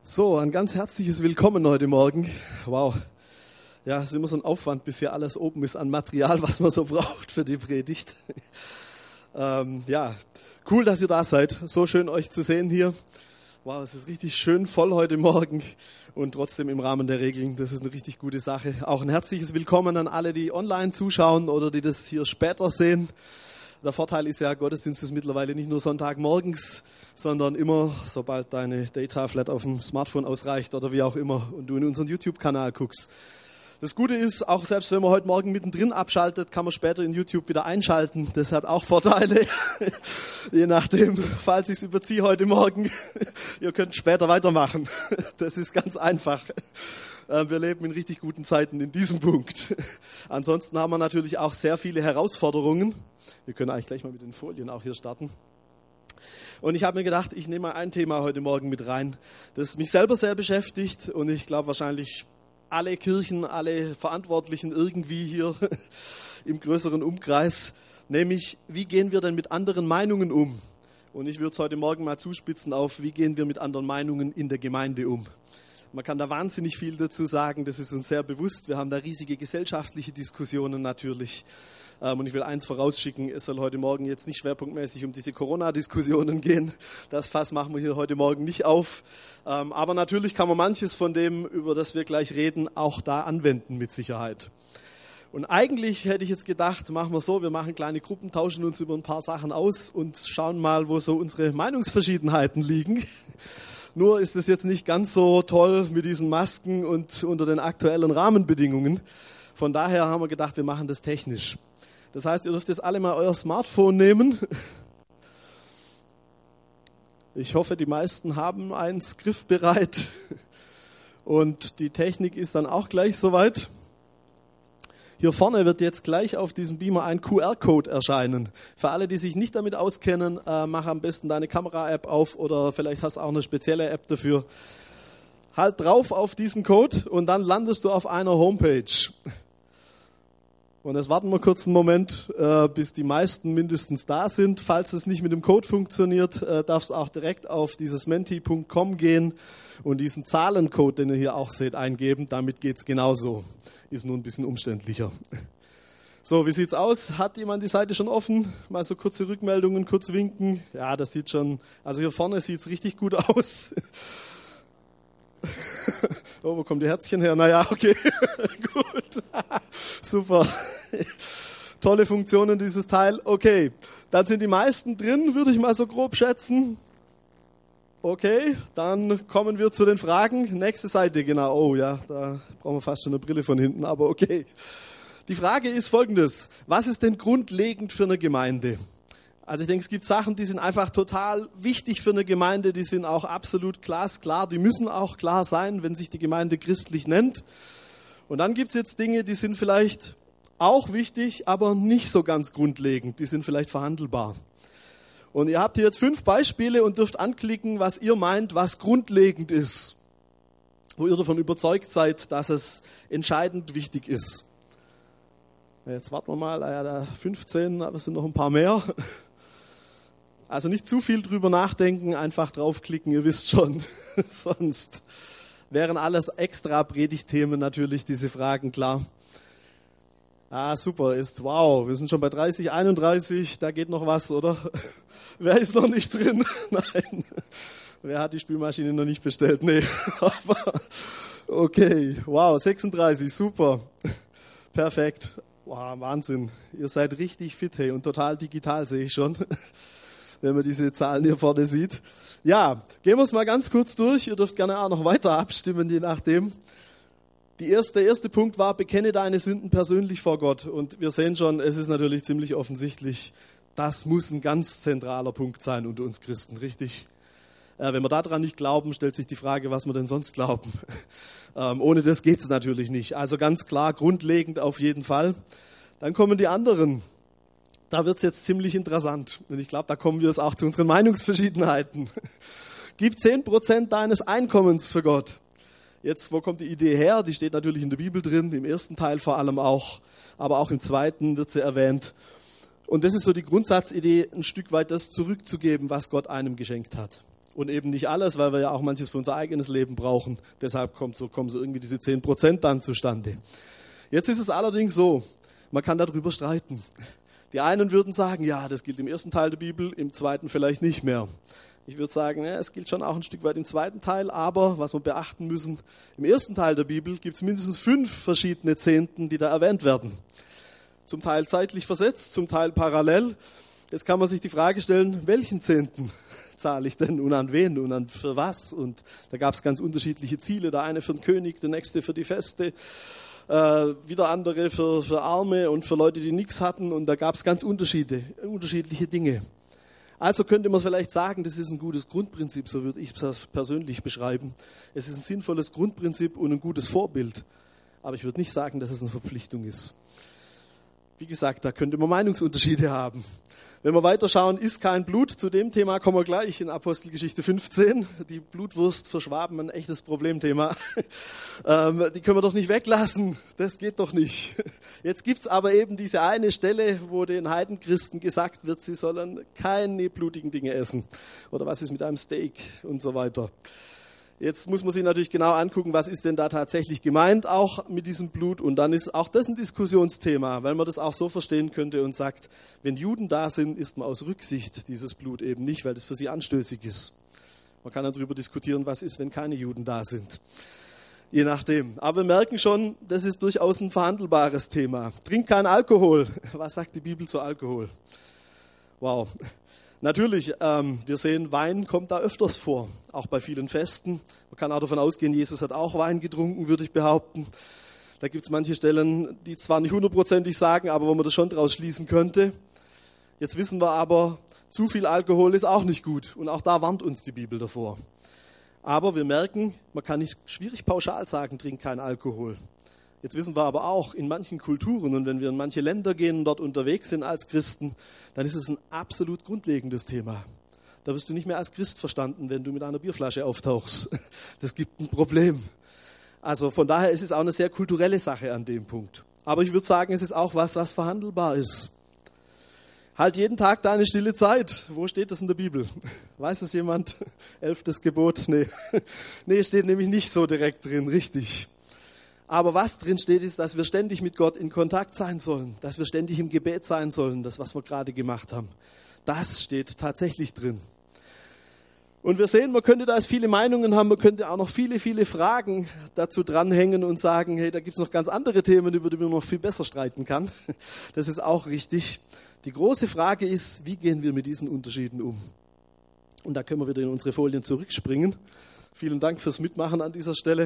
So, ein ganz herzliches Willkommen heute Morgen. Wow. Ja, es ist immer so ein Aufwand, bis hier alles oben ist an Material, was man so braucht für die Predigt. Ja, cool, dass ihr da seid. So schön, euch zu sehen hier. Wow, es ist richtig schön voll heute Morgen und trotzdem im Rahmen der Regeln. Das ist eine richtig gute Sache. Auch ein herzliches Willkommen an alle, die online zuschauen oder die das hier später sehen. Der Vorteil ist ja, Gottesdienst ist mittlerweile nicht nur Sonntagmorgens, sondern immer, sobald deine Data-Flat auf dem Smartphone ausreicht oder wie auch immer und du in unseren YouTube-Kanal guckst. Das Gute ist, auch selbst wenn man heute Morgen mittendrin abschaltet, kann man später in YouTube wieder einschalten. Das hat auch Vorteile, je nachdem, falls ich es überziehe heute Morgen. Ihr könnt später weitermachen. Das ist ganz einfach. Wir leben in richtig guten Zeiten in diesem Punkt. Ansonsten haben wir natürlich auch sehr viele Herausforderungen. Wir können eigentlich gleich mal mit den Folien auch hier starten. Und ich habe mir gedacht, ich nehme mal ein Thema heute Morgen mit rein, das mich selber sehr beschäftigt und ich glaube wahrscheinlich alle Kirchen, alle Verantwortlichen irgendwie hier im größeren Umkreis, nämlich wie gehen wir denn mit anderen Meinungen um? Und ich würde es heute Morgen mal zuspitzen auf, wie gehen wir mit anderen Meinungen in der Gemeinde um? Man kann da wahnsinnig viel dazu sagen, das ist uns sehr bewusst. Wir haben da riesige gesellschaftliche Diskussionen natürlich. Und ich will eins vorausschicken, es soll heute Morgen jetzt nicht schwerpunktmäßig um diese Corona-Diskussionen gehen. Das Fass machen wir hier heute Morgen nicht auf. Aber natürlich kann man manches von dem, über das wir gleich reden, auch da anwenden mit Sicherheit. Und eigentlich hätte ich jetzt gedacht, machen wir so, wir machen kleine Gruppen, tauschen uns über ein paar Sachen aus und schauen mal, wo so unsere Meinungsverschiedenheiten liegen. Nur ist es jetzt nicht ganz so toll mit diesen Masken und unter den aktuellen Rahmenbedingungen. Von daher haben wir gedacht, wir machen das technisch. Das heißt, ihr dürft jetzt alle mal euer Smartphone nehmen. Ich hoffe, die meisten haben eins griffbereit. Und die Technik ist dann auch gleich soweit. Hier vorne wird jetzt gleich auf diesem Beamer ein QR-Code erscheinen. Für alle, die sich nicht damit auskennen, mach am besten deine Kamera-App auf oder vielleicht hast du auch eine spezielle App dafür. Halt drauf auf diesen Code und dann landest du auf einer Homepage. Und jetzt warten wir kurz einen Moment, bis die meisten mindestens da sind. Falls es nicht mit dem Code funktioniert, darfst du auch direkt auf dieses menti.com gehen und diesen Zahlencode, den ihr hier auch seht, eingeben. Damit geht's genauso. Ist nur ein bisschen umständlicher. So, wie sieht's aus? Hat jemand die Seite schon offen? Mal so kurze Rückmeldungen, kurz winken. Ja, das sieht schon, also hier vorne sieht's richtig gut aus. Oh, wo kommen die Herzchen her? Naja, okay, gut, super. Tolle Funktionen dieses Teil. Okay, dann sind die meisten drin, würde ich mal so grob schätzen. Okay, dann kommen wir zu den Fragen. Nächste Seite, genau. Oh ja, da brauchen wir fast schon eine Brille von hinten, aber okay. Die Frage ist folgendes. Was ist denn grundlegend für eine Gemeinde? Also ich denke, es gibt Sachen, die sind einfach total wichtig für eine Gemeinde, die sind auch absolut glasklar, die müssen auch klar sein, wenn sich die Gemeinde christlich nennt. Und dann gibt es jetzt Dinge, die sind vielleicht auch wichtig, aber nicht so ganz grundlegend, die sind vielleicht verhandelbar. Und ihr habt hier jetzt 5 Beispiele und dürft anklicken, was ihr meint, was grundlegend ist, wo ihr davon überzeugt seid, dass es entscheidend wichtig ist. Jetzt warten wir mal, da 15, aber es sind noch ein paar mehr. Also nicht zu viel drüber nachdenken, einfach draufklicken, ihr wisst schon. Sonst wären alles extra Predigtthemen natürlich, diese Fragen, klar. Ah, super, wow, wir sind schon bei 30, 31, da geht noch was, oder? Wer ist noch nicht drin? Nein. Wer hat die Spülmaschine noch nicht bestellt? Nee. Okay, wow, 36, super. Perfekt. Wow, Wahnsinn. Ihr seid richtig fit, hey, und total digital sehe ich schon, wenn man diese Zahlen hier vorne sieht. Ja, gehen wir es mal ganz kurz durch. Ihr dürft gerne auch noch weiter abstimmen, je nachdem. Der erste Punkt war, bekenne deine Sünden persönlich vor Gott. Und wir sehen schon, es ist natürlich ziemlich offensichtlich, das muss ein ganz zentraler Punkt sein unter uns Christen, richtig? Wenn wir daran nicht glauben, stellt sich die Frage, was wir denn sonst glauben. Ohne das geht es natürlich nicht. Also ganz klar, grundlegend auf jeden Fall. Dann kommen die anderen. Da wird es jetzt ziemlich interessant. Und ich glaube, da kommen wir jetzt auch zu unseren Meinungsverschiedenheiten. Gib 10% deines Einkommens für Gott. Jetzt, wo kommt die Idee her? Die steht natürlich in der Bibel drin, im ersten Teil vor allem auch, aber auch im zweiten wird sie erwähnt. Und das ist so die Grundsatzidee, ein Stück weit das zurückzugeben, was Gott einem geschenkt hat. Und eben nicht alles, weil wir ja auch manches für unser eigenes Leben brauchen. Deshalb kommen so irgendwie diese 10% dann zustande. Jetzt ist es allerdings so, man kann darüber streiten. Die einen würden sagen, ja, das gilt im ersten Teil der Bibel, im zweiten vielleicht nicht mehr. Ich würde sagen, ja, es gilt schon auch ein Stück weit im zweiten Teil, aber was wir beachten müssen, im ersten Teil der Bibel gibt es mindestens 5 verschiedene Zehnten, die da erwähnt werden. Zum Teil zeitlich versetzt, zum Teil parallel. Jetzt kann man sich die Frage stellen, welchen Zehnten zahle ich denn und an wen und an für was? Und da gab es ganz unterschiedliche Ziele. Der eine für den König, der nächste für die Feste, wieder andere für Arme und für Leute, die nichts hatten. Und da gab es ganz unterschiedliche Dinge. Also könnte man vielleicht sagen, das ist ein gutes Grundprinzip, so würde ich es persönlich beschreiben. Es ist ein sinnvolles Grundprinzip und ein gutes Vorbild. Aber ich würde nicht sagen, dass es eine Verpflichtung ist. Wie gesagt, da könnte man Meinungsunterschiede haben. Wenn wir weiterschauen, ist kein Blut. Zu dem Thema kommen wir gleich in Apostelgeschichte 15. Die Blutwurst für Schwaben, ein echtes Problemthema. Die können wir doch nicht weglassen. Das geht doch nicht. Jetzt gibt's aber eben diese eine Stelle, wo den Heidenchristen gesagt wird, sie sollen keine blutigen Dinge essen. Oder was ist mit einem Steak und so weiter. Jetzt muss man sich natürlich genau angucken, was ist denn da tatsächlich gemeint, auch mit diesem Blut. Und dann ist auch das ein Diskussionsthema, weil man das auch so verstehen könnte und sagt, wenn Juden da sind, isst man aus Rücksicht dieses Blut eben nicht, weil das für sie anstößig ist. Man kann dann darüber diskutieren, was ist, wenn keine Juden da sind. Je nachdem. Aber wir merken schon, das ist durchaus ein verhandelbares Thema. Trink keinen Alkohol. Was sagt die Bibel zu Alkohol? Wow. Natürlich, wir sehen, Wein kommt da öfters vor, auch bei vielen Festen. Man kann auch davon ausgehen, Jesus hat auch Wein getrunken, würde ich behaupten. Da gibt es manche Stellen, die zwar nicht 100%ig sagen, aber wo man das schon draus schließen könnte. Jetzt wissen wir aber, zu viel Alkohol ist auch nicht gut. Und auch da warnt uns die Bibel davor. Aber wir merken, man kann nicht schwierig pauschal sagen, trink keinen Alkohol. Jetzt wissen wir aber auch, in manchen Kulturen und wenn wir in manche Länder gehen und dort unterwegs sind als Christen, dann ist es ein absolut grundlegendes Thema. Da wirst du nicht mehr als Christ verstanden, wenn du mit einer Bierflasche auftauchst. Das gibt ein Problem. Also von daher ist es auch eine sehr kulturelle Sache an dem Punkt. Aber ich würde sagen, es ist auch was verhandelbar ist. Halt jeden Tag deine stille Zeit. Wo steht das in der Bibel? Weiß es jemand? 11. Gebot? Nee, steht nämlich nicht so direkt drin, richtig. Aber was drin steht, ist, dass wir ständig mit Gott in Kontakt sein sollen, dass wir ständig im Gebet sein sollen, das, was wir gerade gemacht haben. Das steht tatsächlich drin. Und wir sehen, man könnte da jetzt viele Meinungen haben, man könnte auch noch viele Fragen dazu dranhängen und sagen, hey, da gibt's noch ganz andere Themen, über die man noch viel besser streiten kann. Das ist auch richtig. Die große Frage ist, wie gehen wir mit diesen Unterschieden um? Und da können wir wieder in unsere Folien zurückspringen. Vielen Dank fürs Mitmachen an dieser Stelle.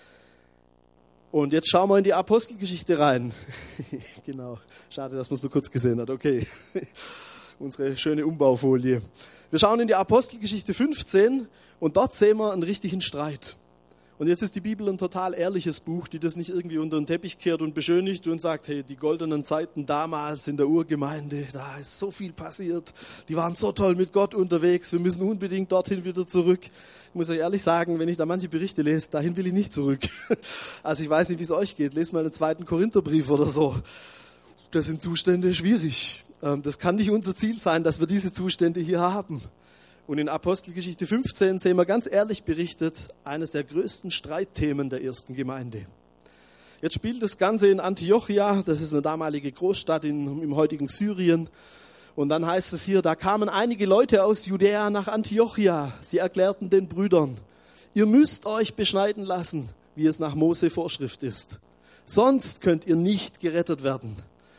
Und jetzt schauen wir in die Apostelgeschichte rein. Genau, schade, dass man es nur kurz gesehen hat. Okay, unsere schöne Umbaufolie. Wir schauen in die Apostelgeschichte 15 und dort sehen wir einen richtigen Streit. Und jetzt ist die Bibel ein total ehrliches Buch, die das nicht irgendwie unter den Teppich kehrt und beschönigt und sagt, hey, die goldenen Zeiten damals in der Urgemeinde, da ist so viel passiert. Die waren so toll mit Gott unterwegs, wir müssen unbedingt dorthin wieder zurück. Ich muss euch ehrlich sagen, wenn ich da manche Berichte lese, dahin will ich nicht zurück. Also ich weiß nicht, wie es euch geht. Lest mal den 2. Korintherbrief oder so. Das sind Zustände schwierig. Das kann nicht unser Ziel sein, dass wir diese Zustände hier haben. Und in Apostelgeschichte 15 sehen wir ganz ehrlich berichtet, eines der größten Streitthemen der ersten Gemeinde. Jetzt spielt das Ganze in Antiochia, das ist eine damalige Großstadt im heutigen Syrien. Und dann heißt es hier, da kamen einige Leute aus Judäa nach Antiochia. Sie erklärten den Brüdern, ihr müsst euch beschneiden lassen, wie es nach Mose Vorschrift ist. Sonst könnt ihr nicht gerettet werden.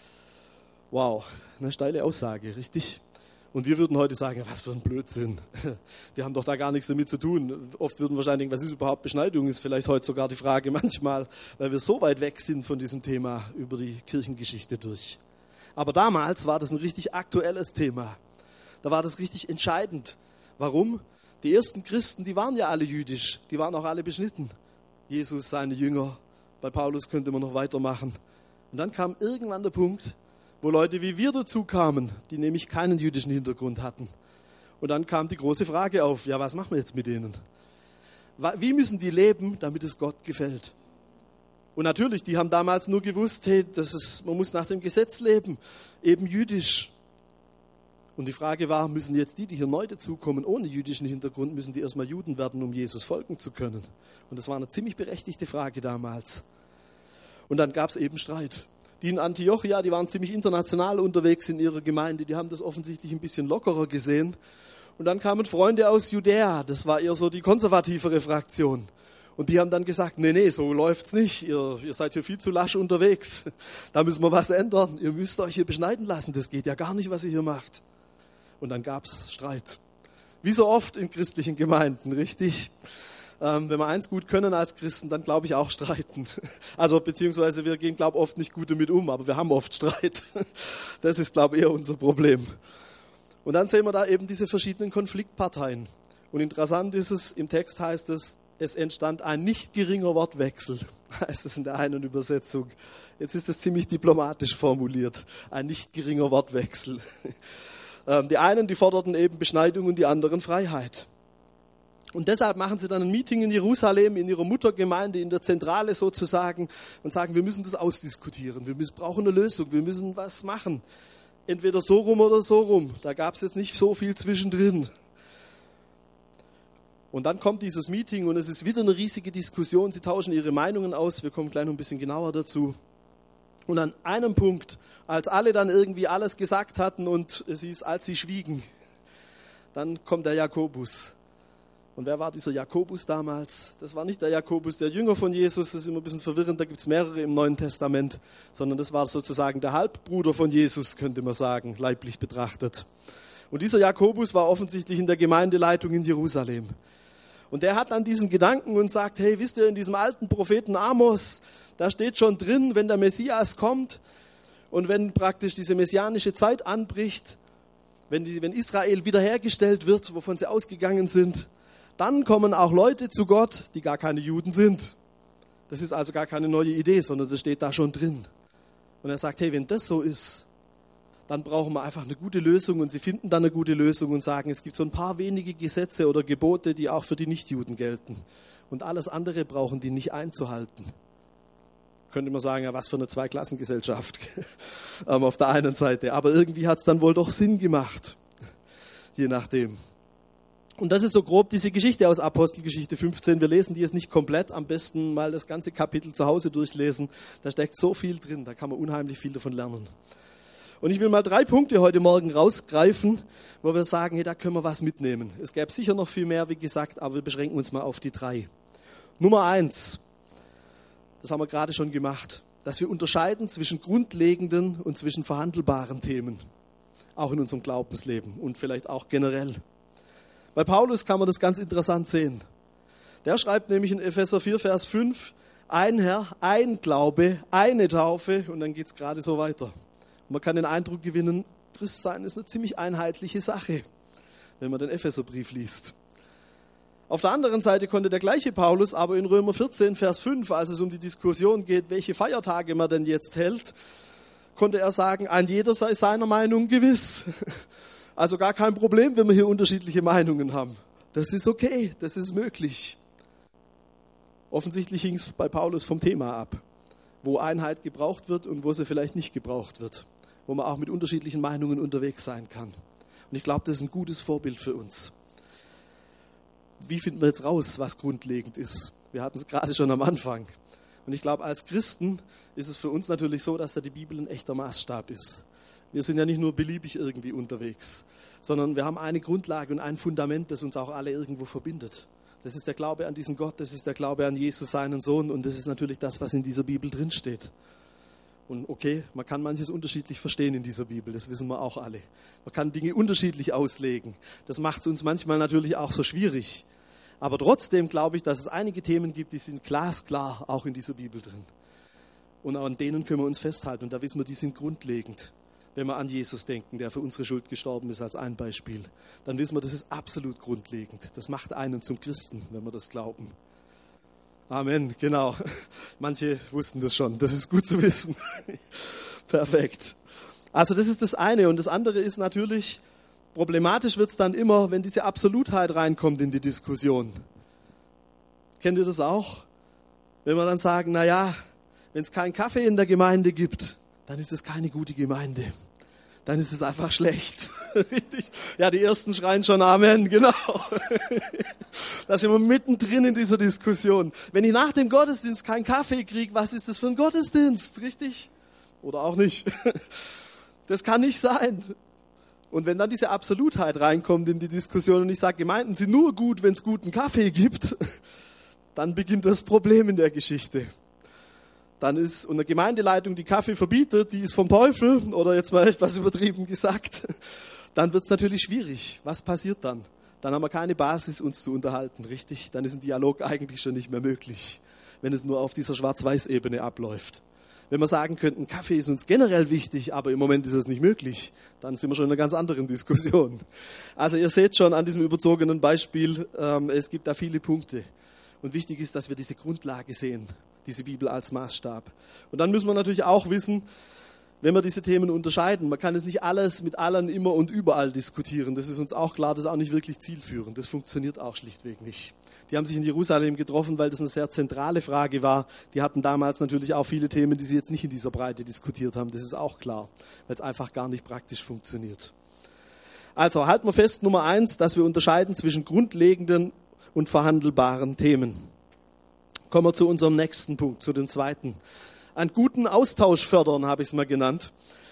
Wow, eine steile Aussage, richtig? Und wir würden heute sagen, was für ein Blödsinn. Wir haben doch da gar nichts damit zu tun. Oft würden wir wahrscheinlich denken, was ist überhaupt Beschneidung? Ist vielleicht heute sogar die Frage manchmal, weil wir so weit weg sind von diesem Thema über die Kirchengeschichte durch. Aber damals war das ein richtig aktuelles Thema. Da war das richtig entscheidend. Warum? Die ersten Christen, die waren ja alle jüdisch. Die waren auch alle beschnitten. Jesus, seine Jünger. Bei Paulus könnte man noch weitermachen. Und dann kam irgendwann der Punkt, wo Leute wie wir dazu kamen, die nämlich keinen jüdischen Hintergrund hatten. Und dann kam die große Frage auf, ja, was machen wir jetzt mit denen? Wie müssen die leben, damit es Gott gefällt? Und natürlich, die haben damals nur gewusst, hey, man muss nach dem Gesetz leben, eben jüdisch. Und die Frage war, müssen jetzt die hier neu dazukommen, ohne jüdischen Hintergrund, müssen die erstmal Juden werden, um Jesus folgen zu können? Und das war eine ziemlich berechtigte Frage damals. Und dann gab es eben Streit. Die in Antiochia, die waren ziemlich international unterwegs in ihrer Gemeinde, die haben das offensichtlich ein bisschen lockerer gesehen. Und dann kamen Freunde aus Judäa, das war eher so die konservativere Fraktion. Und die haben dann gesagt, nee, so läuft's nicht, ihr seid hier viel zu lasch unterwegs, da müssen wir was ändern, ihr müsst euch hier beschneiden lassen, das geht ja gar nicht, was ihr hier macht. Und dann gab's Streit. Wie so oft in christlichen Gemeinden, richtig? Wenn wir eins gut können als Christen, dann glaube ich auch streiten. Also beziehungsweise wir gehen, glaube ich, oft nicht gut damit um, aber wir haben oft Streit. Das ist, glaube ich, eher unser Problem. Und dann sehen wir da eben diese verschiedenen Konfliktparteien. Und interessant ist es, im Text heißt es, es entstand ein nicht geringer Wortwechsel, heißt es in der einen Übersetzung. Jetzt ist es ziemlich diplomatisch formuliert, ein nicht geringer Wortwechsel. Die einen, die forderten eben Beschneidung und die anderen Freiheit. Und deshalb machen sie dann ein Meeting in Jerusalem, in ihrer Muttergemeinde, in der Zentrale sozusagen und sagen, wir müssen das ausdiskutieren, wir brauchen eine Lösung, wir müssen was machen. Entweder so rum oder so rum, da gab es jetzt nicht so viel zwischendrin. Und dann kommt dieses Meeting und es ist wieder eine riesige Diskussion, sie tauschen ihre Meinungen aus, wir kommen gleich noch ein bisschen genauer dazu. Und an einem Punkt, als alle dann irgendwie alles gesagt hatten und es hieß, als sie schwiegen, dann kommt der Jakobus. Und wer war dieser Jakobus damals? Das war nicht der Jakobus, der Jünger von Jesus, das ist immer ein bisschen verwirrend, da gibt es mehrere im Neuen Testament, sondern das war sozusagen der Halbbruder von Jesus, könnte man sagen, leiblich betrachtet. Und dieser Jakobus war offensichtlich in der Gemeindeleitung in Jerusalem. Und der hat dann diesen Gedanken und sagt, hey, wisst ihr, in diesem alten Propheten Amos, da steht schon drin, wenn der Messias kommt und wenn praktisch diese messianische Zeit anbricht, wenn Israel wiederhergestellt wird, wovon sie ausgegangen sind, dann kommen auch Leute zu Gott, die gar keine Juden sind. Das ist also gar keine neue Idee, sondern das steht da schon drin. Und er sagt, hey, wenn das so ist, dann brauchen wir einfach eine gute Lösung und sie finden dann eine gute Lösung und sagen, es gibt so ein paar wenige Gesetze oder Gebote, die auch für die Nichtjuden gelten. Und alles andere brauchen die nicht einzuhalten. Könnte man sagen, ja, was für eine Zweiklassengesellschaft auf der einen Seite. Aber irgendwie hat es dann wohl doch Sinn gemacht, je nachdem. Und das ist so grob diese Geschichte aus Apostelgeschichte 15. Wir lesen die jetzt nicht komplett, am besten mal das ganze Kapitel zu Hause durchlesen. Da steckt so viel drin, da kann man unheimlich viel davon lernen. Und ich will mal 3 Punkte heute Morgen rausgreifen, wo wir sagen, hey, da können wir was mitnehmen. Es gäbe sicher noch viel mehr, wie gesagt, aber wir beschränken uns mal auf die 3. Nummer 1, das haben wir gerade schon gemacht, dass wir unterscheiden zwischen grundlegenden und zwischen verhandelbaren Themen, auch in unserem Glaubensleben und vielleicht auch generell. Bei Paulus kann man das ganz interessant sehen. Der schreibt nämlich in Epheser 4, Vers 5, ein Herr, ein Glaube, eine Taufe und dann geht es gerade so weiter. Und man kann den Eindruck gewinnen, Christsein ist eine ziemlich einheitliche Sache, wenn man den Epheserbrief liest. Auf der anderen Seite konnte der gleiche Paulus aber in Römer 14, Vers 5, als es um die Diskussion geht, welche Feiertage man denn jetzt hält, konnte er sagen, ein jeder sei seiner Meinung gewiss. Also gar kein Problem, wenn wir hier unterschiedliche Meinungen haben. Das ist okay, das ist möglich. Offensichtlich hing es bei Paulus vom Thema ab, wo Einheit gebraucht wird und wo sie vielleicht nicht gebraucht wird, wo man auch mit unterschiedlichen Meinungen unterwegs sein kann. Und ich glaube, das ist ein gutes Vorbild für uns. Wie finden wir jetzt raus, was grundlegend ist? Wir hatten es gerade schon am Anfang. Und ich glaube, als Christen ist es für uns natürlich so, dass da die Bibel ein echter Maßstab ist. Wir sind ja nicht nur beliebig irgendwie unterwegs, sondern wir haben eine Grundlage und ein Fundament, das uns auch alle irgendwo verbindet. Das ist der Glaube an diesen Gott, das ist der Glaube an Jesus, seinen Sohn, und das ist natürlich das, was in dieser Bibel drinsteht. Und okay, man kann manches unterschiedlich verstehen in dieser Bibel, das wissen wir auch alle. Man kann Dinge unterschiedlich auslegen. Das macht es uns manchmal natürlich auch so schwierig. Aber trotzdem glaube ich, dass es einige Themen gibt, die sind glasklar auch in dieser Bibel drin. Und an denen können wir uns festhalten. Und da wissen wir, die sind grundlegend. Wenn wir an Jesus denken, der für unsere Schuld gestorben ist, als ein Beispiel, dann wissen wir, das ist absolut grundlegend. Das macht einen zum Christen, wenn wir das glauben. Amen, genau. Manche wussten das schon. Das ist gut zu wissen. Perfekt. Also das ist das eine. Und das andere ist natürlich, problematisch wird es dann immer, wenn diese Absolutheit reinkommt in die Diskussion. Kennt ihr das auch? Wenn wir dann sagen, wenn es keinen Kaffee in der Gemeinde gibt, dann ist es keine gute Gemeinde. dann ist es einfach schlecht. Richtig? Ja, die Ersten schreien schon Amen, genau. Da sind wir mittendrin in dieser Diskussion. Wenn ich nach dem Gottesdienst keinen Kaffee kriege, was ist das für ein Gottesdienst? Richtig? Oder auch nicht? Das kann nicht sein. Und wenn dann diese Absolutheit reinkommt in die Diskussion und ich sage, Gemeinden sind nur gut, wenn es guten Kaffee gibt, dann beginnt das Problem in der Geschichte. Dann ist eine Gemeindeleitung, die Kaffee verbietet, die ist vom Teufel, oder jetzt mal etwas übertrieben gesagt, dann wird es natürlich schwierig. Was passiert dann? Dann haben wir keine Basis, uns zu unterhalten, richtig? Dann ist ein Dialog eigentlich schon nicht mehr möglich, wenn es nur auf dieser Schwarz-Weiß-Ebene abläuft. Wenn wir sagen könnten, Kaffee ist uns generell wichtig, aber im Moment ist es nicht möglich, dann sind wir schon in einer ganz anderen Diskussion. Also ihr seht schon an diesem überzogenen Beispiel, es gibt da viele Punkte. Und wichtig ist, dass wir diese Grundlage sehen, diese Bibel als Maßstab. Und dann müssen wir natürlich auch wissen, wenn wir diese Themen unterscheiden, man kann es nicht alles mit allen immer und überall diskutieren. Das ist uns auch klar, das ist auch nicht wirklich zielführend. Das funktioniert auch schlichtweg nicht. Die haben sich in Jerusalem getroffen, weil das eine sehr zentrale Frage war. Die hatten damals natürlich auch viele Themen, die sie jetzt nicht in dieser Breite diskutiert haben. Das ist auch klar, weil es einfach gar nicht praktisch funktioniert. Also halten wir fest, Nummer 1, dass wir unterscheiden zwischen grundlegenden und verhandelbaren Themen. Kommen wir zu unserem nächsten Punkt, zu dem zweiten. Einen guten Austausch fördern, habe ich es mal genannt.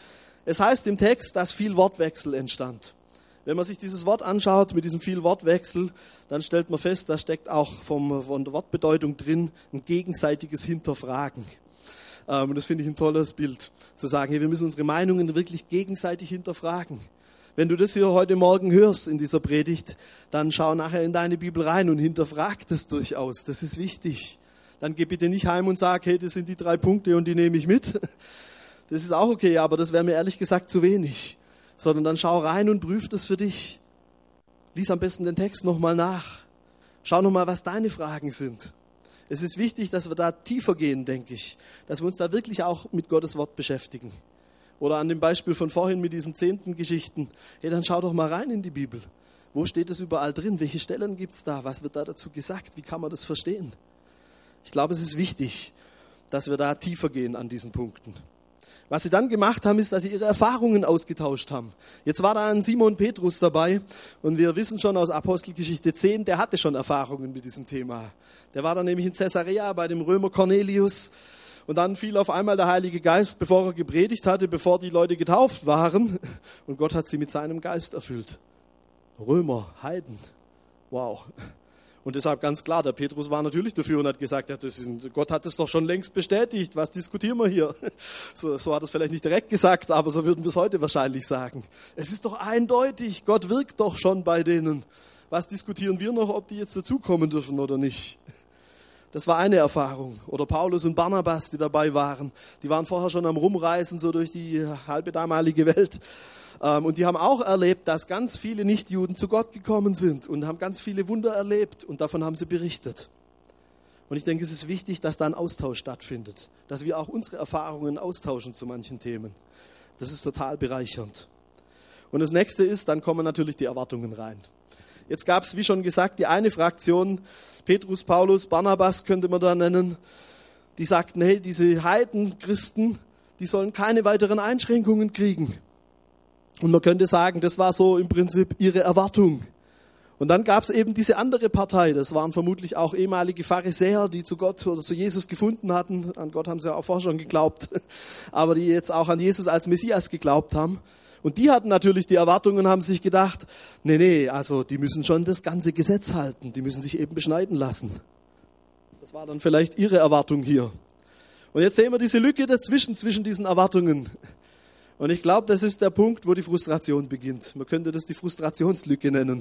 Es heißt im Text, dass viel Wortwechsel entstand. Wenn man sich dieses Wort anschaut mit diesem viel Wortwechsel, dann stellt man fest, da steckt auch von der Wortbedeutung drin ein gegenseitiges Hinterfragen. Und das finde ich ein tolles Bild, zu sagen, hey, wir müssen unsere Meinungen wirklich gegenseitig hinterfragen. Wenn du das hier heute Morgen hörst in dieser Predigt, dann schau nachher in deine Bibel rein und hinterfrag das durchaus. Das ist wichtig. Dann geh bitte nicht heim und sag, hey, das sind die 3 Punkte und die nehme ich mit. Das ist auch okay, aber das wäre mir ehrlich gesagt zu wenig. Sondern dann schau rein und prüf das für dich. Lies am besten den Text nochmal nach. Schau nochmal, was deine Fragen sind. Es ist wichtig, dass wir da tiefer gehen, denke ich. Dass wir uns da wirklich auch mit Gottes Wort beschäftigen. Oder an dem Beispiel von vorhin mit diesen 10. Geschichten. Hey, dann schau doch mal rein in die Bibel. Wo steht es überall drin? Welche Stellen gibt's da? Was wird da dazu gesagt? Wie kann man das verstehen? Ich glaube, es ist wichtig, dass wir da tiefer gehen an diesen Punkten. Was sie dann gemacht haben, ist, dass sie ihre Erfahrungen ausgetauscht haben. Jetzt war da ein Simon Petrus dabei und wir wissen schon aus Apostelgeschichte 10, der hatte schon Erfahrungen mit diesem Thema. Der war dann nämlich in Caesarea bei dem Römer Cornelius und dann fiel auf einmal der Heilige Geist, bevor er gepredigt hatte, bevor die Leute getauft waren und Gott hat sie mit seinem Geist erfüllt. Römer, Heiden, wow. Und deshalb ganz klar, der Petrus war natürlich dafür und hat gesagt, ja, Gott hat es doch schon längst bestätigt, was diskutieren wir hier? So hat er es vielleicht nicht direkt gesagt, aber so würden wir es heute wahrscheinlich sagen. Es ist doch eindeutig, Gott wirkt doch schon bei denen. Was diskutieren wir noch, ob die jetzt dazukommen dürfen oder nicht? Das war eine Erfahrung. Oder Paulus und Barnabas, die dabei waren. Die waren vorher schon am Rumreisen, so durch die halbe damalige Welt. Und die haben auch erlebt, dass ganz viele Nichtjuden zu Gott gekommen sind und haben ganz viele Wunder erlebt und davon haben sie berichtet. Und ich denke, es ist wichtig, dass da ein Austausch stattfindet, dass wir auch unsere Erfahrungen austauschen zu manchen Themen. Das ist total bereichernd. Und das nächste ist, dann kommen natürlich die Erwartungen rein. Jetzt gab es, wie schon gesagt, die eine Fraktion, Petrus, Paulus, Barnabas könnte man da nennen, die sagten, hey, diese Heidenchristen, die sollen keine weiteren Einschränkungen kriegen. Und man könnte sagen, das war so im Prinzip ihre Erwartung. Und dann gab es eben diese andere Partei, das waren vermutlich auch ehemalige Pharisäer, die zu Gott oder zu Jesus gefunden hatten. An Gott haben sie ja auch vorher schon geglaubt, aber die jetzt auch an Jesus als Messias geglaubt haben. Und die hatten natürlich die Erwartungen und haben sich gedacht, nee, also die müssen schon das ganze Gesetz halten, die müssen sich eben beschneiden lassen. Das war dann vielleicht ihre Erwartung hier. Und jetzt sehen wir diese Lücke dazwischen, zwischen diesen Erwartungen. Und ich glaube, das ist der Punkt, wo die Frustration beginnt. Man könnte das die Frustrationslücke nennen.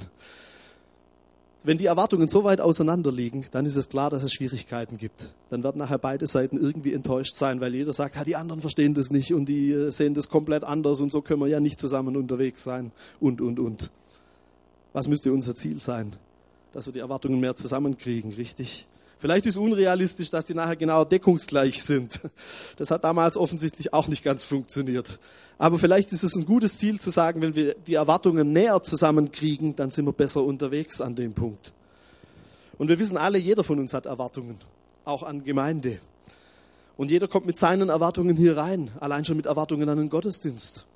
Wenn die Erwartungen so weit auseinander liegen, dann ist es klar, dass es Schwierigkeiten gibt. Dann werden nachher beide Seiten irgendwie enttäuscht sein, weil jeder sagt, die anderen verstehen das nicht und die sehen das komplett anders und so können wir ja nicht zusammen unterwegs sein und. Was müsste unser Ziel sein? Dass wir die Erwartungen mehr zusammenkriegen, richtig? Vielleicht ist unrealistisch, dass die nachher genau deckungsgleich sind. Das hat damals offensichtlich auch nicht ganz funktioniert. Aber vielleicht ist es ein gutes Ziel zu sagen, wenn wir die Erwartungen näher zusammenkriegen, dann sind wir besser unterwegs an dem Punkt. Und wir wissen alle, jeder von uns hat Erwartungen, auch an Gemeinde. Und jeder kommt mit seinen Erwartungen hier rein, allein schon mit Erwartungen an den Gottesdienst.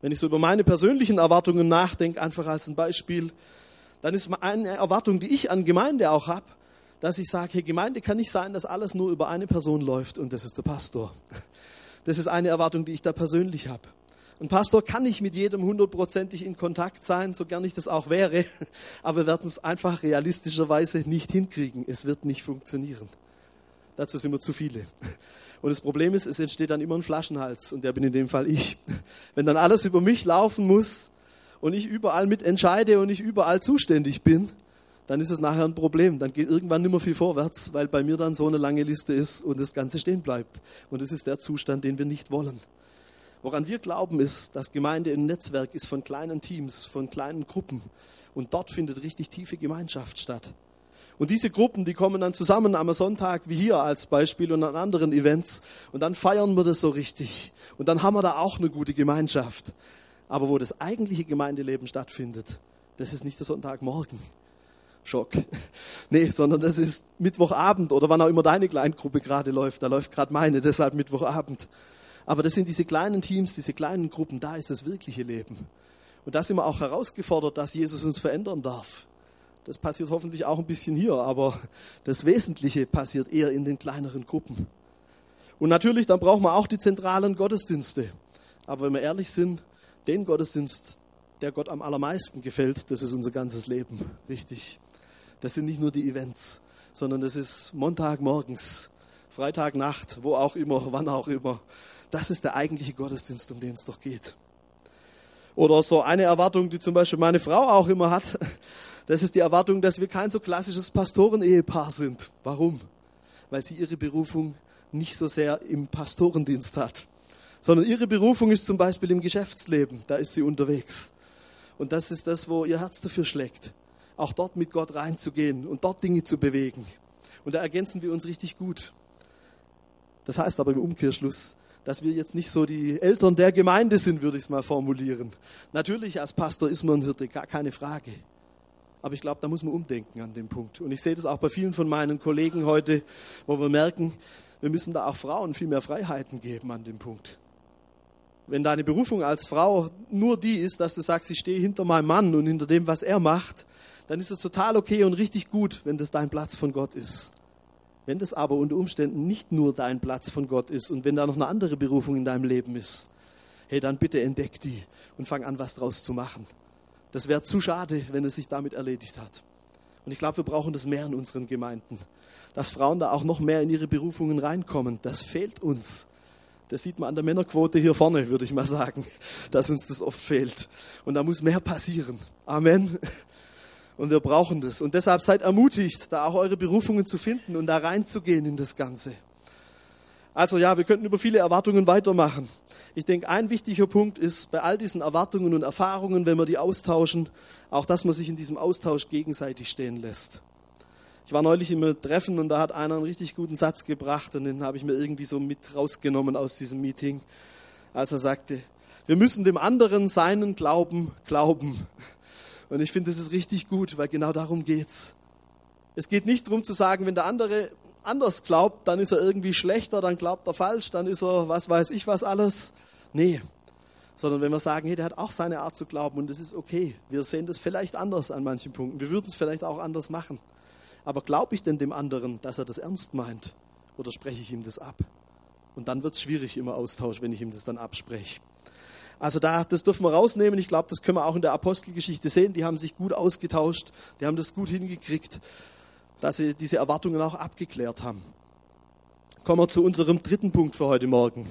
Wenn ich so über meine persönlichen Erwartungen nachdenke, einfach als ein Beispiel, dann ist eine Erwartung, die ich an Gemeinde auch habe, dass ich sage, hey, Gemeinde kann nicht sein, dass alles nur über eine Person läuft und das ist der Pastor. Das ist eine Erwartung, die ich da persönlich habe. Ein Pastor kann nicht mit jedem 100%ig in Kontakt sein, so gern ich das auch wäre, aber wir werden es einfach realistischerweise nicht hinkriegen. Es wird nicht funktionieren. Dazu sind wir zu viele. Und das Problem ist, es entsteht dann immer ein Flaschenhals und der bin in dem Fall ich. Wenn dann alles über mich laufen muss und ich überall mitentscheide und ich überall zuständig bin, dann ist es nachher ein Problem. Dann geht irgendwann nicht mehr viel vorwärts, weil bei mir dann so eine lange Liste ist und das Ganze stehen bleibt. Und das ist der Zustand, den wir nicht wollen. Woran wir glauben ist, dass Gemeinde ein Netzwerk ist von kleinen Teams, von kleinen Gruppen. Und dort findet richtig tiefe Gemeinschaft statt. Und diese Gruppen, die kommen dann zusammen am Sonntag, wie hier als Beispiel und an anderen Events. Und dann feiern wir das so richtig. Und dann haben wir da auch eine gute Gemeinschaft. Aber wo das eigentliche Gemeindeleben stattfindet, das ist nicht der Sonntagmorgen. Schock. Nee, sondern das ist Mittwochabend oder wann auch immer deine Kleingruppe gerade läuft. Da läuft gerade meine, deshalb Mittwochabend. Aber das sind diese kleinen Teams, diese kleinen Gruppen, da ist das wirkliche Leben. Und da sind wir auch herausgefordert, dass Jesus uns verändern darf. Das passiert hoffentlich auch ein bisschen hier, aber das Wesentliche passiert eher in den kleineren Gruppen. Und natürlich, dann brauchen wir auch die zentralen Gottesdienste. Aber wenn wir ehrlich sind, den Gottesdienst, der Gott am allermeisten gefällt, das ist unser ganzes Leben, richtig. Das sind nicht nur die Events, sondern das ist Montagmorgens, Freitagnacht, wo auch immer, wann auch immer. Das ist der eigentliche Gottesdienst, um den es doch geht. Oder so eine Erwartung, die zum Beispiel meine Frau auch immer hat, das ist die Erwartung, dass wir kein so klassisches Pastorenehepaar sind. Warum? Weil sie ihre Berufung nicht so sehr im Pastorendienst hat, sondern ihre Berufung ist zum Beispiel im Geschäftsleben, da ist sie unterwegs. Und das ist das, wo ihr Herz dafür schlägt, auch dort mit Gott reinzugehen und dort Dinge zu bewegen. Und da ergänzen wir uns richtig gut. Das heißt aber im Umkehrschluss, dass wir jetzt nicht so die Eltern der Gemeinde sind, würde ich es mal formulieren. Natürlich, als Pastor ist man ein Hirte, gar keine Frage. Aber ich glaube, da muss man umdenken an dem Punkt. Und ich sehe das auch bei vielen von meinen Kollegen heute, wo wir merken, wir müssen da auch Frauen viel mehr Freiheiten geben an dem Punkt. Wenn deine Berufung als Frau nur die ist, dass du sagst, ich stehe hinter meinem Mann und hinter dem, was er macht, dann ist es total okay und richtig gut, wenn das dein Platz von Gott ist. Wenn das aber unter Umständen nicht nur dein Platz von Gott ist und wenn da noch eine andere Berufung in deinem Leben ist, hey, dann bitte entdeck die und fang an, was draus zu machen. Das wäre zu schade, wenn es sich damit erledigt hat. Und ich glaube, wir brauchen das mehr in unseren Gemeinden, dass Frauen da auch noch mehr in ihre Berufungen reinkommen. Das fehlt uns. Das sieht man an der Männerquote hier vorne, würde ich mal sagen, dass uns das oft fehlt. Und da muss mehr passieren. Amen. Und wir brauchen das. Und deshalb seid ermutigt, da auch eure Berufungen zu finden und da reinzugehen in das Ganze. Also ja, wir könnten über viele Erwartungen weitermachen. Ich denke, ein wichtiger Punkt ist, bei all diesen Erwartungen und Erfahrungen, wenn wir die austauschen, auch, dass man sich in diesem Austausch gegenseitig stehen lässt. Ich war neulich in einem Treffen und da hat einer einen richtig guten Satz gebracht und den habe ich mir irgendwie so mit rausgenommen aus diesem Meeting, als er sagte, wir müssen dem anderen seinen Glauben glauben. Und ich finde, das ist richtig gut, weil genau darum geht's. Es geht nicht darum zu sagen, wenn der andere anders glaubt, dann ist er irgendwie schlechter, dann glaubt er falsch, dann ist er was weiß ich was alles. Nee, sondern wenn wir sagen, hey, der hat auch seine Art zu glauben und das ist okay. Wir sehen das vielleicht anders an manchen Punkten. Wir würden es vielleicht auch anders machen. Aber glaube ich denn dem anderen, dass er das ernst meint? Oder spreche ich ihm das ab? Und dann wird es schwierig im Austausch, wenn ich ihm das dann abspreche. Also das dürfen wir rausnehmen. Ich glaube, das können wir auch in der Apostelgeschichte sehen. Die haben sich gut ausgetauscht, die haben das gut hingekriegt, dass sie diese Erwartungen auch abgeklärt haben. Kommen wir zu unserem dritten Punkt für heute Morgen.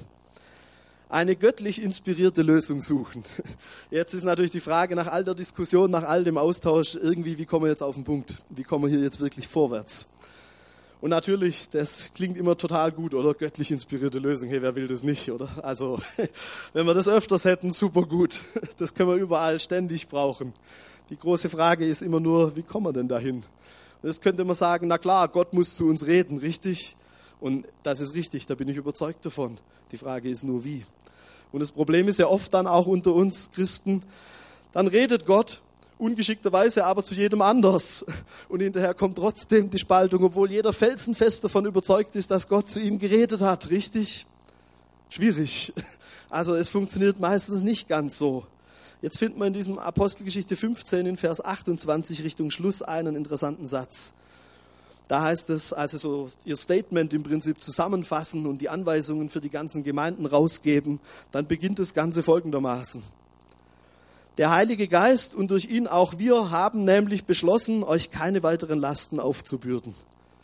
Eine göttlich inspirierte Lösung suchen. Jetzt ist natürlich die Frage nach all der Diskussion, nach all dem Austausch, irgendwie, wie kommen wir jetzt auf den Punkt? Wie kommen wir hier jetzt wirklich vorwärts? Und natürlich, das klingt immer total gut, oder? Göttlich inspirierte Lösung. Hey, wer will das nicht, oder? Also, wenn wir das öfters hätten, super gut. Das können wir überall ständig brauchen. Die große Frage ist immer nur, wie kommen wir denn dahin? Und jetzt könnte man sagen, na klar, Gott muss zu uns reden, richtig? Und das ist richtig, da bin ich überzeugt davon. Die Frage ist nur, wie? Und das Problem ist ja oft dann auch unter uns Christen, dann redet Gott ungeschickterweise aber zu jedem anders. Und hinterher kommt trotzdem die Spaltung, obwohl jeder felsenfest davon überzeugt ist, dass Gott zu ihm geredet hat, richtig? Schwierig. Also es funktioniert meistens nicht ganz so. Jetzt finden wir in diesem Apostelgeschichte 15 in Vers 28 Richtung Schluss einen interessanten Satz. Da heißt es, als sie so ihr Statement im Prinzip zusammenfassen und die Anweisungen für die ganzen Gemeinden rausgeben, dann beginnt das Ganze folgendermaßen. Der Heilige Geist und durch ihn auch wir haben nämlich beschlossen, euch keine weiteren Lasten aufzubürden.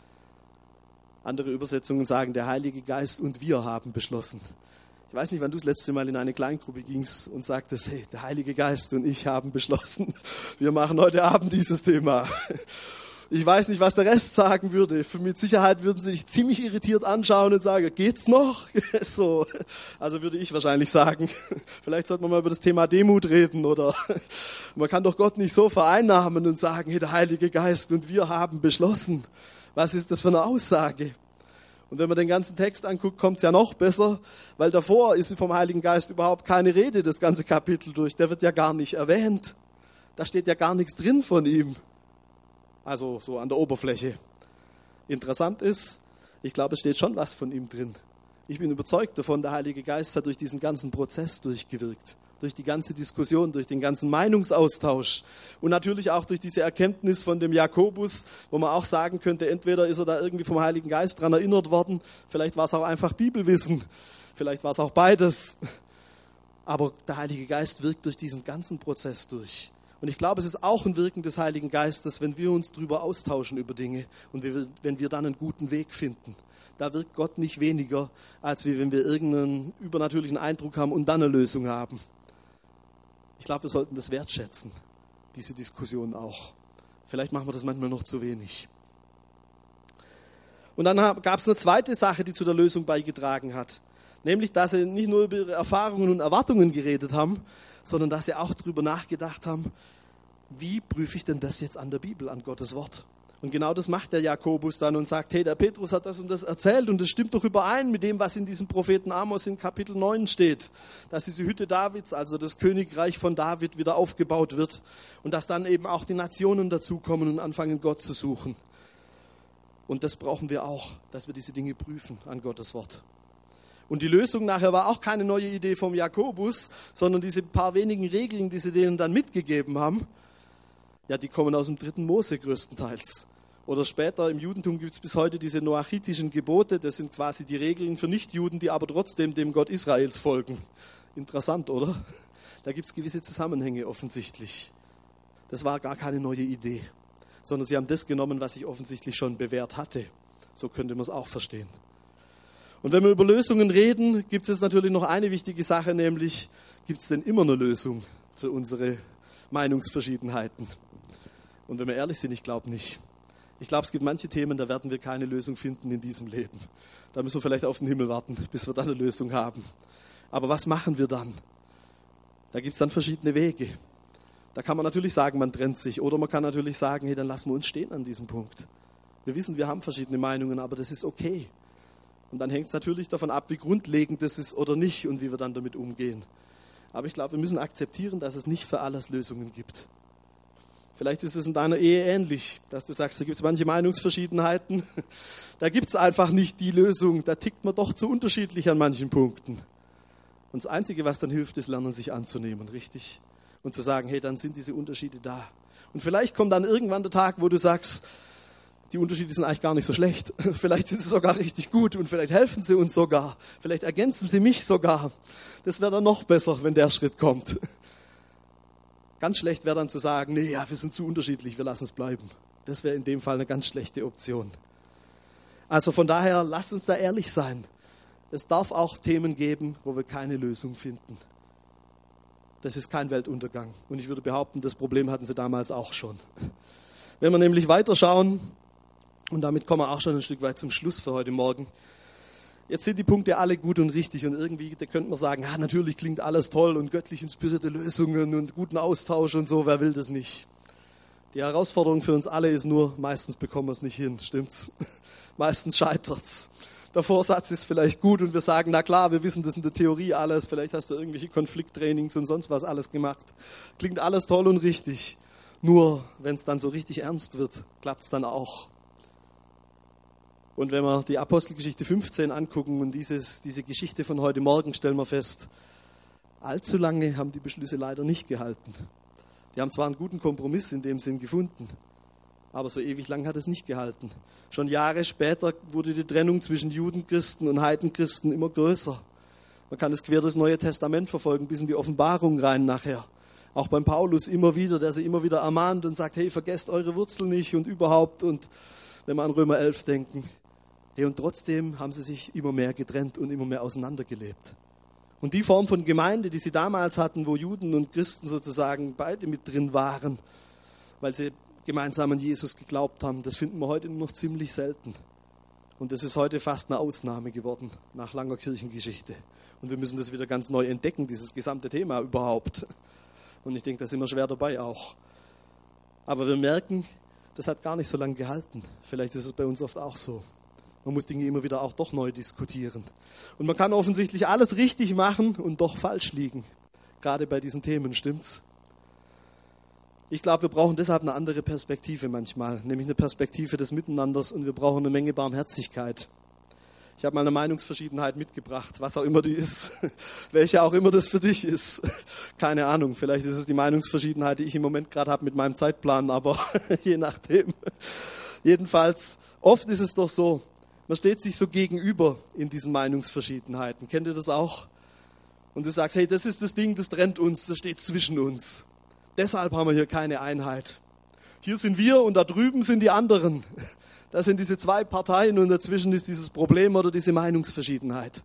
Andere Übersetzungen sagen, der Heilige Geist und wir haben beschlossen. Ich weiß nicht, wann du das letzte Mal in eine Kleingruppe gingst und sagtest, hey, der Heilige Geist und ich haben beschlossen, wir machen heute Abend dieses Thema. Ich weiß nicht, was der Rest sagen würde. Mit Sicherheit würden sie dich ziemlich irritiert anschauen und sagen, geht's noch? So, also würde ich wahrscheinlich sagen, vielleicht sollte man mal über das Thema Demut reden oder man kann doch Gott nicht so vereinnahmen und sagen, hey, der Heilige Geist und wir haben beschlossen. Was ist das für eine Aussage? Und wenn man den ganzen Text anguckt, kommt es ja noch besser, weil davor ist vom Heiligen Geist überhaupt keine Rede, das ganze Kapitel durch. Der wird ja gar nicht erwähnt. Da steht ja gar nichts drin von ihm. Also so an der Oberfläche. Interessant ist, ich glaube, es steht schon was von ihm drin. Ich bin überzeugt davon, der Heilige Geist hat durch diesen ganzen Prozess durchgewirkt. Durch die ganze Diskussion, durch den ganzen Meinungsaustausch und natürlich auch durch diese Erkenntnis von dem Jakobus, wo man auch sagen könnte, entweder ist er da irgendwie vom Heiligen Geist dran erinnert worden, vielleicht war es auch einfach Bibelwissen, vielleicht war es auch beides. Aber der Heilige Geist wirkt durch diesen ganzen Prozess durch. Und ich glaube, es ist auch ein Wirken des Heiligen Geistes, wenn wir uns darüber austauschen über Dinge und wenn wir dann einen guten Weg finden. Da wirkt Gott nicht weniger, als wenn wir irgendeinen übernatürlichen Eindruck haben und dann eine Lösung haben. Ich glaube, wir sollten das wertschätzen, diese Diskussion auch. Vielleicht machen wir das manchmal noch zu wenig. Und dann gab es eine zweite Sache, die zu der Lösung beigetragen hat. Nämlich, dass sie nicht nur über ihre Erfahrungen und Erwartungen geredet haben, sondern dass sie auch darüber nachgedacht haben, wie prüfe ich denn das jetzt an der Bibel, an Gottes Wort? Und genau das macht der Jakobus dann und sagt, hey, der Petrus hat das und das erzählt und das stimmt doch überein mit dem, was in diesem Propheten Amos in Kapitel 9 steht. Dass diese Hütte Davids, also das Königreich von David, wieder aufgebaut wird und dass dann eben auch die Nationen dazukommen und anfangen, Gott zu suchen. Und das brauchen wir auch, dass wir diese Dinge prüfen an Gottes Wort. Und die Lösung nachher war auch keine neue Idee vom Jakobus, sondern diese paar wenigen Regeln, die sie denen dann mitgegeben haben, ja, die kommen aus dem 3. Mose größtenteils. Oder später im Judentum gibt es bis heute diese noachitischen Gebote, das sind quasi die Regeln für Nichtjuden, die aber trotzdem dem Gott Israels folgen. Interessant, oder? Da gibt es gewisse Zusammenhänge offensichtlich. Das war gar keine neue Idee, sondern sie haben das genommen, was sich offensichtlich schon bewährt hatte. So könnte man es auch verstehen. Und wenn wir über Lösungen reden, gibt es natürlich noch eine wichtige Sache, nämlich, gibt es denn immer eine Lösung für unsere Meinungsverschiedenheiten? Und wenn wir ehrlich sind, ich glaube nicht. Ich glaube, es gibt manche Themen, da werden wir keine Lösung finden in diesem Leben. Da müssen wir vielleicht auf den Himmel warten, bis wir dann eine Lösung haben. Aber was machen wir dann? Da gibt es dann verschiedene Wege. Da kann man natürlich sagen, man trennt sich. Oder man kann natürlich sagen, hey, dann lassen wir uns stehen an diesem Punkt. Wir wissen, wir haben verschiedene Meinungen, aber das ist okay. Und dann hängt es natürlich davon ab, wie grundlegend das ist oder nicht und wie wir dann damit umgehen. Aber ich glaube, wir müssen akzeptieren, dass es nicht für alles Lösungen gibt. Vielleicht ist es in deiner Ehe ähnlich, dass du sagst, da gibt es manche Meinungsverschiedenheiten. Da gibt es einfach nicht die Lösung. Da tickt man doch zu unterschiedlich an manchen Punkten. Und das Einzige, was dann hilft, ist lernen, sich anzunehmen, richtig? Und zu sagen, hey, dann sind diese Unterschiede da. Und vielleicht kommt dann irgendwann der Tag, wo du sagst, die Unterschiede sind eigentlich gar nicht so schlecht. Vielleicht sind sie sogar richtig gut und vielleicht helfen sie uns sogar. Vielleicht ergänzen sie mich sogar. Das wäre dann noch besser, wenn der Schritt kommt. Ganz schlecht wäre dann zu sagen, nee, ja, wir sind zu unterschiedlich, wir lassen es bleiben. Das wäre in dem Fall eine ganz schlechte Option. Also von daher, lasst uns da ehrlich sein. Es darf auch Themen geben, wo wir keine Lösung finden. Das ist kein Weltuntergang. Und ich würde behaupten, das Problem hatten sie damals auch schon. Wenn wir nämlich weiterschauen, und damit kommen wir auch schon ein Stück weit zum Schluss für heute Morgen. Jetzt sind die Punkte alle gut und richtig und irgendwie, da könnte man sagen, natürlich klingt alles toll und göttlich inspirierte Lösungen und guten Austausch und so, wer will das nicht? Die Herausforderung für uns alle ist nur, meistens bekommen wir es nicht hin, stimmt's? Meistens scheitert's. Der Vorsatz ist vielleicht gut und wir sagen, na klar, wir wissen das in der Theorie alles, vielleicht hast du irgendwelche Konflikttrainings und sonst was alles gemacht. Klingt alles toll und richtig. Nur, wenn es dann so richtig ernst wird, klappt's dann auch. Und wenn wir die Apostelgeschichte 15 angucken und diese Geschichte von heute Morgen, stellen wir fest, allzu lange haben die Beschlüsse leider nicht gehalten. Die haben zwar einen guten Kompromiss in dem Sinn gefunden, aber so ewig lang hat es nicht gehalten. Schon Jahre später wurde die Trennung zwischen Judenchristen und Heidenchristen immer größer. Man kann es quer durchs Neue Testament verfolgen, bis in die Offenbarung rein nachher. Auch beim Paulus immer wieder, der sie immer wieder ermahnt und sagt, hey, vergesst eure Wurzeln nicht und überhaupt. Und wenn wir an Römer 11 denken, hey, und trotzdem haben sie sich immer mehr getrennt und immer mehr auseinandergelebt. Und die Form von Gemeinde, die sie damals hatten, wo Juden und Christen sozusagen beide mit drin waren, weil sie gemeinsam an Jesus geglaubt haben, das finden wir heute nur noch ziemlich selten. Und das ist heute fast eine Ausnahme geworden nach langer Kirchengeschichte. Und wir müssen das wieder ganz neu entdecken, dieses gesamte Thema überhaupt. Und ich denke, da sind wir schwer dabei auch. Aber wir merken, das hat gar nicht so lange gehalten. Vielleicht ist es bei uns oft auch so. Man muss Dinge immer wieder auch doch neu diskutieren. Und man kann offensichtlich alles richtig machen und doch falsch liegen. Gerade bei diesen Themen, stimmt's? Ich glaube, wir brauchen deshalb eine andere Perspektive manchmal, nämlich eine Perspektive des Miteinanders, und wir brauchen eine Menge Barmherzigkeit. Ich habe mal eine Meinungsverschiedenheit mitgebracht, was auch immer die ist, welche auch immer das für dich ist. Keine Ahnung, vielleicht ist es die Meinungsverschiedenheit, die ich im Moment gerade habe mit meinem Zeitplan, aber je nachdem. Jedenfalls, oft ist es doch so, man steht sich so gegenüber in diesen Meinungsverschiedenheiten. Kennt ihr das auch? Und du sagst, hey, das ist das Ding, das trennt uns, das steht zwischen uns. Deshalb haben wir hier keine Einheit. Hier sind wir und da drüben sind die anderen. Das sind diese zwei Parteien und dazwischen ist dieses Problem oder diese Meinungsverschiedenheit.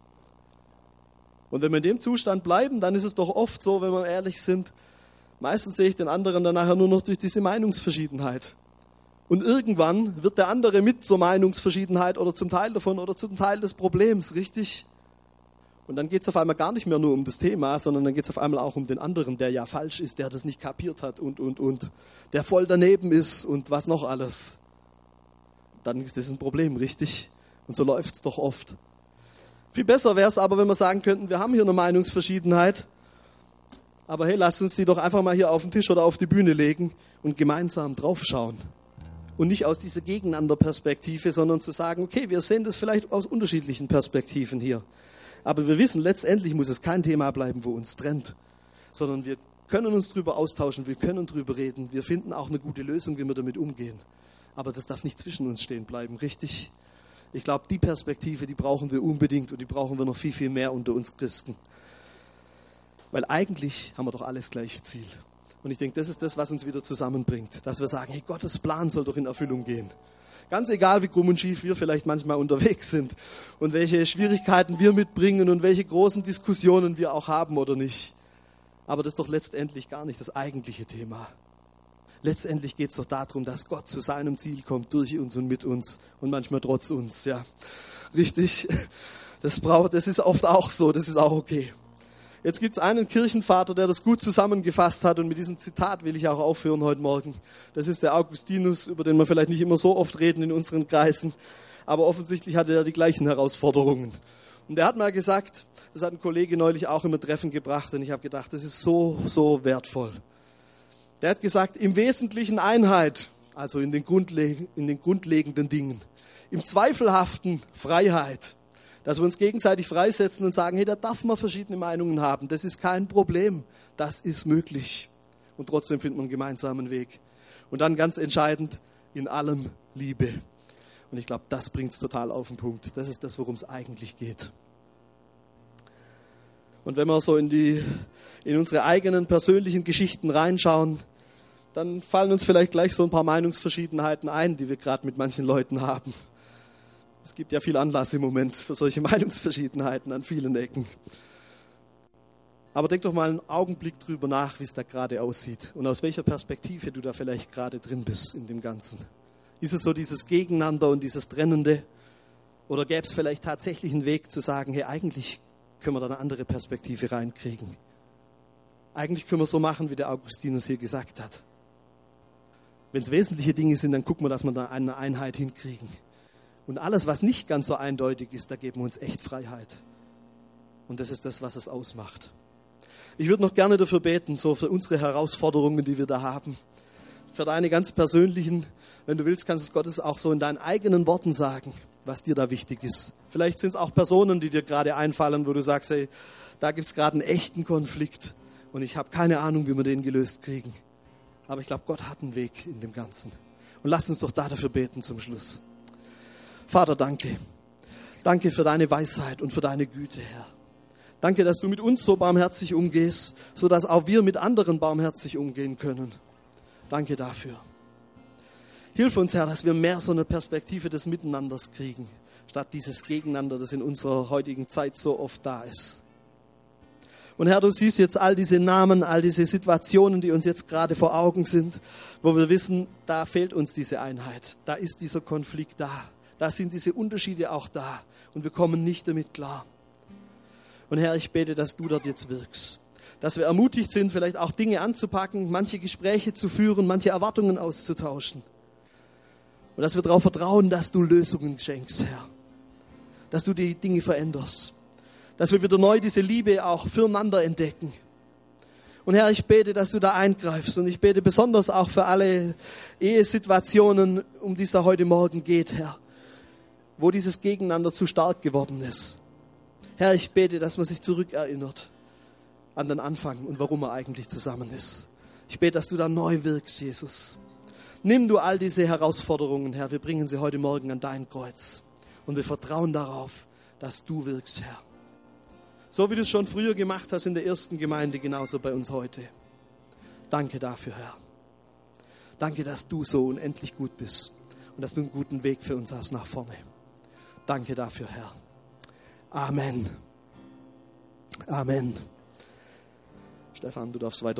Und wenn wir in dem Zustand bleiben, dann ist es doch oft so, wenn wir ehrlich sind, meistens sehe ich den anderen dann nachher nur noch durch diese Meinungsverschiedenheit. Und irgendwann wird der andere mit zur Meinungsverschiedenheit oder zum Teil davon oder zum Teil des Problems, richtig? Und dann geht es auf einmal gar nicht mehr nur um das Thema, sondern dann geht es auf einmal auch um den anderen, der ja falsch ist, der das nicht kapiert hat und, der voll daneben ist und was noch alles. Dann ist das ein Problem, richtig? Und so läuft es doch oft. Viel besser wäre es aber, wenn wir sagen könnten, wir haben hier eine Meinungsverschiedenheit, aber hey, lasst uns die doch einfach mal hier auf den Tisch oder auf die Bühne legen und gemeinsam draufschauen. Und nicht aus dieser Gegeneinander-Perspektive, sondern zu sagen, okay, wir sehen das vielleicht aus unterschiedlichen Perspektiven hier. Aber wir wissen, letztendlich muss es kein Thema bleiben, wo uns trennt, sondern wir können uns drüber austauschen, wir können drüber reden, wir finden auch eine gute Lösung, wie wir damit umgehen. Aber das darf nicht zwischen uns stehen bleiben, richtig? Ich glaube, die Perspektive, die brauchen wir unbedingt und die brauchen wir noch viel, viel mehr unter uns Christen. Weil eigentlich haben wir doch alles gleiche Ziel. Und ich denke, das ist das, was uns wieder zusammenbringt, dass wir sagen, hey, Gottes Plan soll doch in Erfüllung gehen. Ganz egal, wie krumm und schief wir vielleicht manchmal unterwegs sind und welche Schwierigkeiten wir mitbringen und welche großen Diskussionen wir auch haben oder nicht. Aber das ist doch letztendlich gar nicht das eigentliche Thema. Letztendlich geht es doch darum, dass Gott zu seinem Ziel kommt, durch uns und mit uns und manchmal trotz uns. Ja, richtig. Das ist oft auch so, das ist auch okay. Jetzt gibt es einen Kirchenvater, der das gut zusammengefasst hat und mit diesem Zitat will ich auch aufhören heute Morgen. Das ist der Augustinus, über den wir vielleicht nicht immer so oft reden in unseren Kreisen, aber offensichtlich hatte er die gleichen Herausforderungen. Und er hat mal gesagt, das hat ein Kollege neulich auch im Treffen gebracht und ich habe gedacht, das ist so, so wertvoll. Der hat gesagt, im Wesentlichen Einheit, also in den grundlegenden Dingen, im Zweifelhaften Freiheit. Dass wir uns gegenseitig freisetzen und sagen, hey, da darf man verschiedene Meinungen haben. Das ist kein Problem. Das ist möglich. Und trotzdem findet man einen gemeinsamen Weg. Und dann ganz entscheidend, in allem Liebe. Und ich glaube, das bringt es total auf den Punkt. Das ist das, worum es eigentlich geht. Und wenn wir so in unsere eigenen persönlichen Geschichten reinschauen, dann fallen uns vielleicht gleich so ein paar Meinungsverschiedenheiten ein, die wir gerade mit manchen Leuten haben. Es gibt ja viel Anlass im Moment für solche Meinungsverschiedenheiten an vielen Ecken. Aber denk doch mal einen Augenblick drüber nach, wie es da gerade aussieht und aus welcher Perspektive du da vielleicht gerade drin bist in dem Ganzen. Ist es so dieses Gegeneinander und dieses Trennende? Oder gäbe es vielleicht tatsächlich einen Weg zu sagen, hey, eigentlich können wir da eine andere Perspektive reinkriegen. Eigentlich können wir so machen, wie der Augustinus hier gesagt hat. Wenn es wesentliche Dinge sind, dann gucken wir, dass wir da eine Einheit hinkriegen. Und alles, was nicht ganz so eindeutig ist, da geben wir uns echt Freiheit. Und das ist das, was es ausmacht. Ich würde noch gerne dafür beten, so für unsere Herausforderungen, die wir da haben. Für deine ganz persönlichen, wenn du willst, kannst du es Gottes auch so in deinen eigenen Worten sagen. was dir da wichtig ist. Vielleicht sind es auch Personen, die dir gerade einfallen, wo du sagst, hey, da gibt es gerade einen echten Konflikt und ich habe keine Ahnung, wie wir den gelöst kriegen. Aber ich glaube, Gott hat einen Weg in dem Ganzen. Und lass uns doch dafür beten zum Schluss. Vater, danke. Danke für deine Weisheit und für deine Güte, Herr. Danke, dass du mit uns so barmherzig umgehst, sodass auch wir mit anderen barmherzig umgehen können. Danke dafür. Hilf uns, Herr, dass wir mehr so eine Perspektive des Miteinanders kriegen, statt dieses Gegeneinander, das in unserer heutigen Zeit so oft da ist. Und Herr, du siehst jetzt all diese Namen, all diese Situationen, die uns jetzt gerade vor Augen sind, wo wir wissen, da fehlt uns diese Einheit, da ist dieser Konflikt da, da sind diese Unterschiede auch da und wir kommen nicht damit klar. Und Herr, ich bete, dass du dort jetzt wirkst, dass wir ermutigt sind, vielleicht auch Dinge anzupacken, manche Gespräche zu führen, manche Erwartungen auszutauschen. Und dass wir darauf vertrauen, dass du Lösungen schenkst, Herr, dass du die Dinge veränderst. Dass wir wieder neu diese Liebe auch füreinander entdecken. Und Herr, ich bete, dass du da eingreifst. Und ich bete besonders auch für alle Ehesituationen, um die es da heute Morgen geht, Herr. Wo dieses Gegeneinander zu stark geworden ist. Herr, ich bete, dass man sich zurückerinnert an den Anfang und warum er eigentlich zusammen ist. Ich bete, dass du da neu wirkst, Jesus. Nimm du all diese Herausforderungen, Herr. Wir bringen sie heute Morgen an dein Kreuz. Und wir vertrauen darauf, dass du wirkst, Herr. So wie du es schon früher gemacht hast in der ersten Gemeinde, genauso bei uns heute. Danke dafür, Herr. Danke, dass du so unendlich gut bist und dass du einen guten Weg für uns hast nach vorne. Danke dafür, Herr. Amen. Amen. Stefan, du darfst weiter.